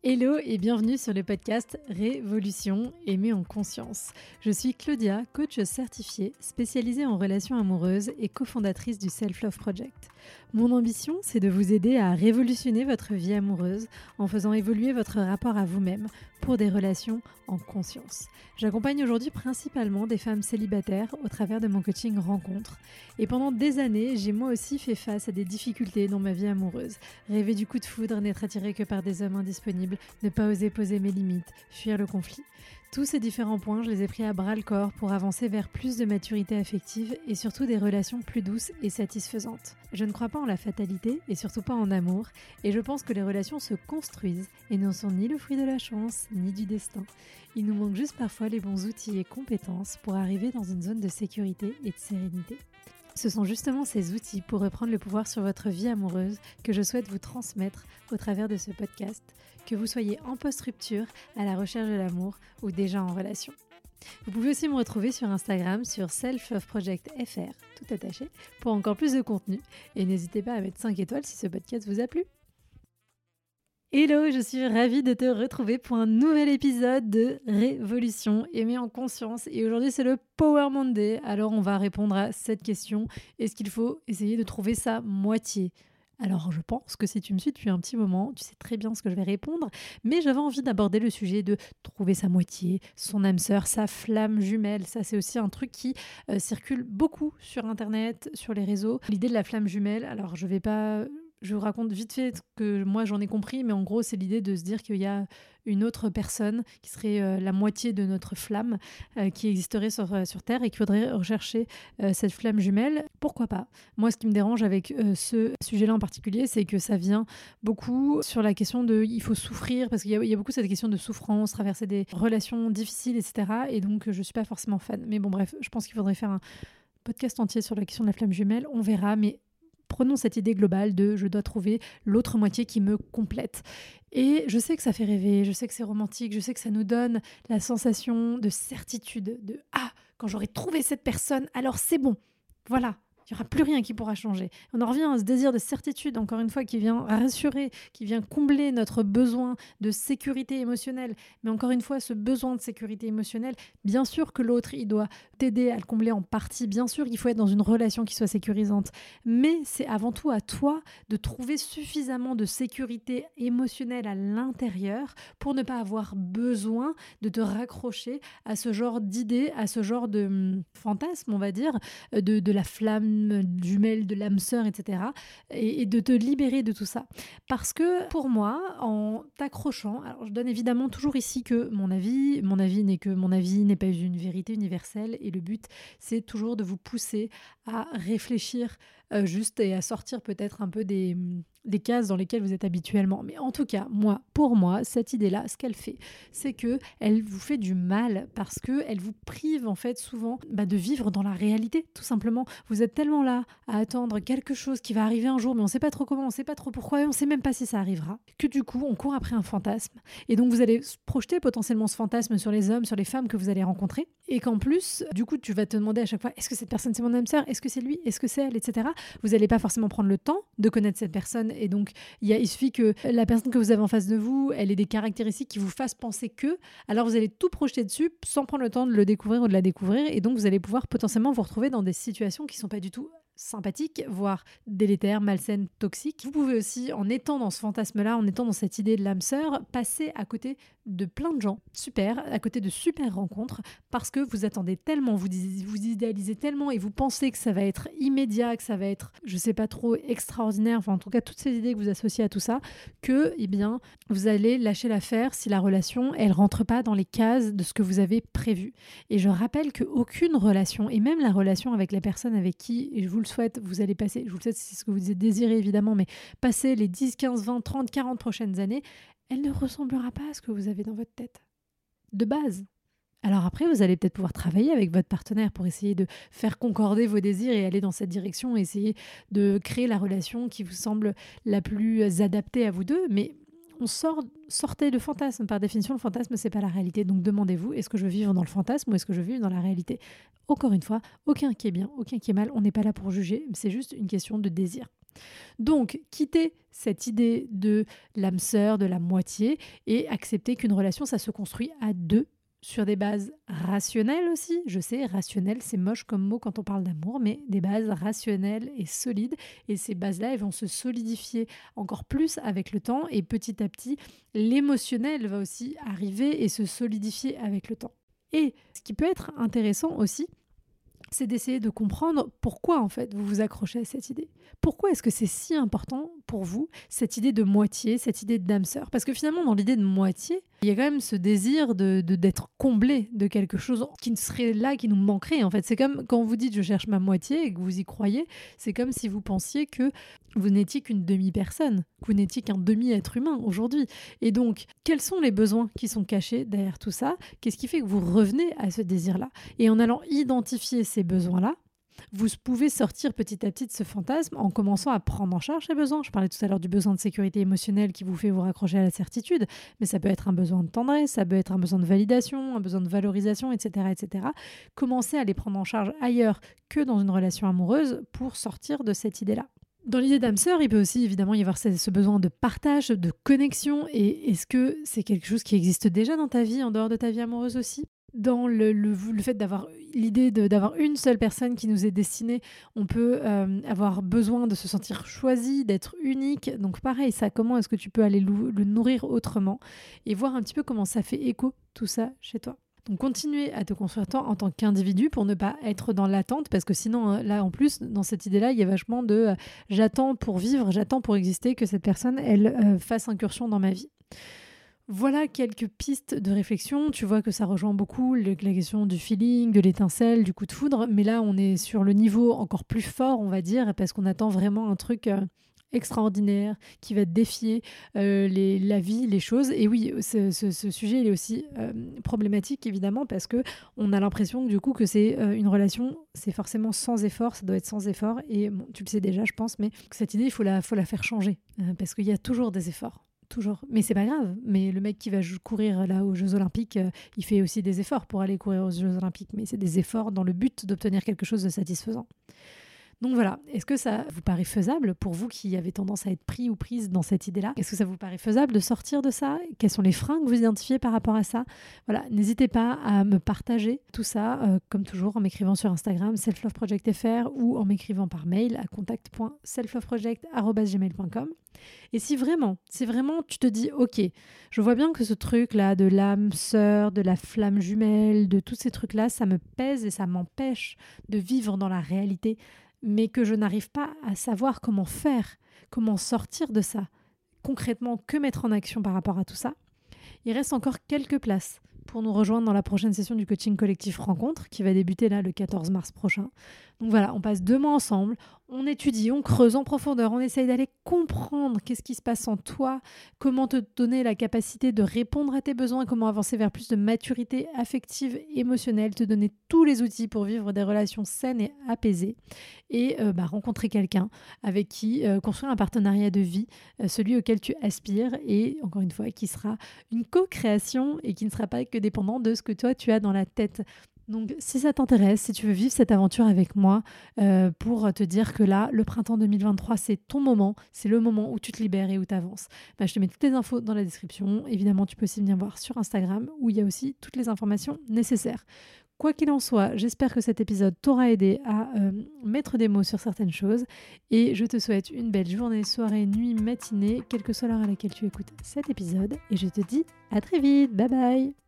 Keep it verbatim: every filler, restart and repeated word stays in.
Hello et bienvenue sur le podcast Révolution, aimer en conscience. Je suis Claudia, coach certifiée, spécialisée en relations amoureuses et cofondatrice du Self Love Project. Mon ambition, c'est de vous aider à révolutionner votre vie amoureuse en faisant évoluer votre rapport à vous-même pour des relations en conscience. J'accompagne aujourd'hui principalement des femmes célibataires au travers de mon coaching rencontre. Et pendant des années, j'ai moi aussi fait face à des difficultés dans ma vie amoureuse. Rêver du coup de foudre, n'être attirée que par des hommes indisponibles, ne pas oser poser mes limites, fuir le conflit. Tous ces différents points, je les ai pris à bras le corps pour avancer vers plus de maturité affective et surtout des relations plus douces et satisfaisantes. Je ne crois pas en la fatalité et surtout pas en amour, et je pense que les relations se construisent et ne sont ni le fruit de la chance ni du destin. Il nous manque juste parfois les bons outils et compétences pour arriver dans une zone de sécurité et de sérénité. Ce sont justement ces outils pour reprendre le pouvoir sur votre vie amoureuse que je souhaite vous transmettre au travers de ce podcast, que vous soyez en post-rupture, à la recherche de l'amour ou déjà en relation. Vous pouvez aussi me retrouver sur Instagram sur Self Love Project F R, tout attaché, pour encore plus de contenu. Et n'hésitez pas à mettre cinq étoiles si ce podcast vous a plu. Hello, je suis ravie de te retrouver pour un nouvel épisode de Révolution, aimer en conscience. Et aujourd'hui, c'est le Power Monday. Alors, on va répondre à cette question. Est-ce qu'il faut essayer de trouver sa moitié ? Alors, je pense que si tu me suis depuis un petit moment, tu sais très bien ce que je vais répondre. Mais j'avais envie d'aborder le sujet de trouver sa moitié, son âme sœur, sa flamme jumelle. Ça, c'est aussi un truc qui euh, circule beaucoup sur Internet, sur les réseaux. L'idée de la flamme jumelle, alors je vais pas... Je vous raconte vite fait ce que moi j'en ai compris, mais en gros c'est l'idée de se dire qu'il y a une autre personne qui serait euh, la moitié de notre flamme euh, qui existerait sur, euh, sur Terre et qu'il faudrait rechercher euh, cette flamme jumelle. Pourquoi pas ? Moi, ce qui me dérange avec euh, ce sujet-là en particulier, c'est que ça vient beaucoup sur la question de il faut souffrir, parce qu'il y a, il y a beaucoup cette question de souffrance, traverser des relations difficiles, et cetera. Et donc je suis pas forcément fan. Mais bon bref, je pense qu'il faudrait faire un podcast entier sur la question de la flamme jumelle. On verra, mais prenons cette idée globale de je dois trouver l'autre moitié qui me complète. Et je sais que ça fait rêver, je sais que c'est romantique, je sais que ça nous donne la sensation de certitude, de « Ah, quand j'aurai trouvé cette personne, alors c'est bon !» Voilà. Il n'y aura plus rien qui pourra changer. On en revient à ce désir de certitude, encore une fois, qui vient rassurer, qui vient combler notre besoin de sécurité émotionnelle. Mais encore une fois, ce besoin de sécurité émotionnelle, bien sûr que l'autre, il doit t'aider à le combler en partie. Bien sûr qu'il faut être dans une relation qui soit sécurisante. Mais c'est avant tout à toi de trouver suffisamment de sécurité émotionnelle à l'intérieur pour ne pas avoir besoin de te raccrocher à ce genre d'idée, à ce genre de hum, fantasme, on va dire, de, de la flamme jumelle, de l'âme sœur, et cetera. Et, et de te libérer de tout ça. Parce que pour moi, en t'accrochant, alors je donne évidemment toujours ici que mon avis, mon avis n'est que mon avis n'est pas une vérité universelle et le but c'est toujours de vous pousser à réfléchir euh, juste et à sortir peut-être un peu des, des cases dans lesquelles vous êtes habituellement. Mais en tout cas, moi, pour moi, cette idée-là, ce qu'elle fait, c'est que elle vous fait du mal parce que elle vous prive en fait souvent bah, de vivre dans la réalité, tout simplement. Vous êtes tellement là à attendre quelque chose qui va arriver un jour, mais on ne sait pas trop comment, on ne sait pas trop pourquoi, et on ne sait même pas si ça arrivera, que du coup, on court après un fantasme. Et donc, vous allez projeter potentiellement ce fantasme sur les hommes, sur les femmes que vous allez rencontrer, et qu'en plus, du coup, tu vas te demander à chaque fois, est-ce que cette personne c'est mon âme sœur ? Est-ce que c'est lui ? Est-ce que c'est elle ? Etc. Vous n'allez pas forcément prendre le temps de connaître cette personne, et donc, il, y a, il suffit que la personne que vous avez en face de vous, elle ait des caractéristiques qui vous fassent penser que, alors vous allez tout projeter dessus sans prendre le temps de le découvrir ou de la découvrir, et donc vous allez pouvoir potentiellement vous retrouver dans des situations qui ne sont pas du tout sympathique, voire délétère, malsaine, toxique. Vous pouvez aussi, en étant dans ce fantasme-là, en étant dans cette idée de l'âme sœur, passer à côté de plein de gens super, à côté de super rencontres, parce que vous attendez tellement, vous, vous idéalisez tellement et vous pensez que ça va être immédiat, que ça va être, je sais pas trop, extraordinaire, enfin en tout cas toutes ces idées que vous associez à tout ça, que eh bien, vous allez lâcher l'affaire si la relation, elle rentre pas dans les cases de ce que vous avez prévu. Et je rappelle qu'aucune relation, et même la relation avec la personne avec qui, et je vous le souhaite, vous allez passer, je vous le souhaite, c'est ce que vous désirez évidemment, mais passer les dix, quinze, vingt, trente, quarante prochaines années, elle ne ressemblera pas à ce que vous avez dans votre tête. De base. Alors après, vous allez peut-être pouvoir travailler avec votre partenaire pour essayer de faire concorder vos désirs et aller dans cette direction, essayer de créer la relation qui vous semble la plus adaptée à vous deux, mais on sort, sortez de fantasme. Par définition, le fantasme, c'est pas la réalité. Donc demandez-vous, est-ce que je veux vivre dans le fantasme ou est-ce que je veux vivre dans la réalité ? Encore une fois, aucun qui est bien, aucun qui est mal. On n'est pas là pour juger, c'est juste une question de désir. Donc, quitter cette idée de l'âme sœur, de la moitié, et accepter qu'une relation, ça se construit à deux, sur des bases rationnelles aussi. Je sais, rationnel, c'est moche comme mot quand on parle d'amour, mais des bases rationnelles et solides. Et ces bases-là, elles vont se solidifier encore plus avec le temps. Et petit à petit, l'émotionnel va aussi arriver et se solidifier avec le temps. Et ce qui peut être intéressant aussi, c'est d'essayer de comprendre pourquoi en fait vous vous accrochez à cette idée. Pourquoi est-ce que c'est si important pour vous, cette idée de moitié, cette idée d'âme sœur? Parce que finalement, dans l'idée de moitié, il y a quand même ce désir de, de- d'être comblé de quelque chose qui ne serait là, qui nous manquerait en fait. C'est comme quand vous dites je cherche ma moitié et que vous y croyez, c'est comme si vous pensiez que vous n'étiez qu'une demi-personne, que vous n'étiez qu'un demi-être humain aujourd'hui. Et donc, quels sont les besoins qui sont cachés derrière tout ça? Qu'est-ce qui fait que vous revenez à ce désir-là? Et en allant identifier ces besoins-là, vous pouvez sortir petit à petit de ce fantasme en commençant à prendre en charge ces besoins. Je parlais tout à l'heure du besoin de sécurité émotionnelle qui vous fait vous raccrocher à la certitude, mais ça peut être un besoin de tendresse, ça peut être un besoin de validation, un besoin de valorisation, et cetera, et cetera. Commencez à les prendre en charge ailleurs que dans une relation amoureuse pour sortir de cette idée-là. Dans l'idée d'âme sœur, il peut aussi évidemment y avoir ce, ce besoin de partage, de connexion. Et est-ce que c'est quelque chose qui existe déjà dans ta vie, en dehors de ta vie amoureuse aussi? Dans le, le, le fait d'avoir l'idée de, d'avoir une seule personne qui nous est destinée, on peut euh, avoir besoin de se sentir choisi, d'être unique. Donc pareil, ça, comment est-ce que tu peux aller le, le nourrir autrement et voir un petit peu comment ça fait écho tout ça chez toi. Donc continuer à te construire toi en tant qu'individu pour ne pas être dans l'attente, parce que sinon, là en plus, dans cette idée-là, il y a vachement de euh, j'attends pour vivre, j'attends pour exister que cette personne, elle euh, fasse incursion dans ma vie. Voilà quelques pistes de réflexion. Tu vois que ça rejoint beaucoup le, la question du feeling, de l'étincelle, du coup de foudre. Mais là, on est sur le niveau encore plus fort, on va dire, parce qu'on attend vraiment un truc euh, extraordinaire qui va défier euh, les, la vie, les choses. Et oui, ce, ce, ce sujet il est aussi euh, problématique, évidemment, parce que on a l'impression du coup que c'est euh, une relation, c'est forcément sans effort, ça doit être sans effort. Et bon, tu le sais déjà, je pense, mais cette idée, il faut la, faut la faire changer, euh, parce qu'il y a toujours des efforts. Toujours. Mais c'est pas grave. Mais le mec qui va courir là aux Jeux Olympiques, euh, il fait aussi des efforts pour aller courir aux Jeux Olympiques. Mais c'est des efforts dans le but d'obtenir quelque chose de satisfaisant. Donc voilà, est-ce que ça vous paraît faisable pour vous qui avez tendance à être pris ou prise dans cette idée-là? Est-ce que ça vous paraît faisable de sortir de ça? Quels sont les freins que vous identifiez par rapport à ça? Voilà, n'hésitez pas à me partager tout ça, euh, comme toujours, en m'écrivant sur Instagram, selfloveproject.fr ou en m'écrivant par mail à contact point selfloveproject arobase gmail point com. Et si vraiment, si vraiment tu te dis, ok, je vois bien que ce truc-là de l'âme sœur, de la flamme jumelle, de tous ces trucs-là, ça me pèse et ça m'empêche de vivre dans la réalité, mais que je n'arrive pas à savoir comment faire, comment sortir de ça, concrètement, que mettre en action par rapport à tout ça, il reste encore quelques places pour nous rejoindre dans la prochaine session du coaching collectif Rencontre qui va débuter là le quatorze mars prochain. Donc voilà, on passe deux mois ensemble, on étudie, on creuse en profondeur, on essaye d'aller comprendre qu'est-ce qui se passe en toi, comment te donner la capacité de répondre à tes besoins, comment avancer vers plus de maturité affective, émotionnelle, te donner tous les outils pour vivre des relations saines et apaisées et euh, bah, rencontrer quelqu'un avec qui euh, construire un partenariat de vie, euh, celui auquel tu aspires et encore une fois qui sera une co-création et qui ne sera pas que dépendant de ce que toi tu as dans la tête. Donc si ça t'intéresse, si tu veux vivre cette aventure avec moi euh, pour te dire que là, le printemps deux mille vingt-trois, c'est ton moment, c'est le moment où tu te libères et où tu avances. Bah, je te mets toutes les infos dans la description. Évidemment, tu peux aussi venir voir sur Instagram où il y a aussi toutes les informations nécessaires. Quoi qu'il en soit, j'espère que cet épisode t'aura aidé à euh, mettre des mots sur certaines choses et je te souhaite une belle journée, soirée, nuit, matinée, quelle que soit l'heure à laquelle tu écoutes cet épisode et je te dis à très vite, bye bye.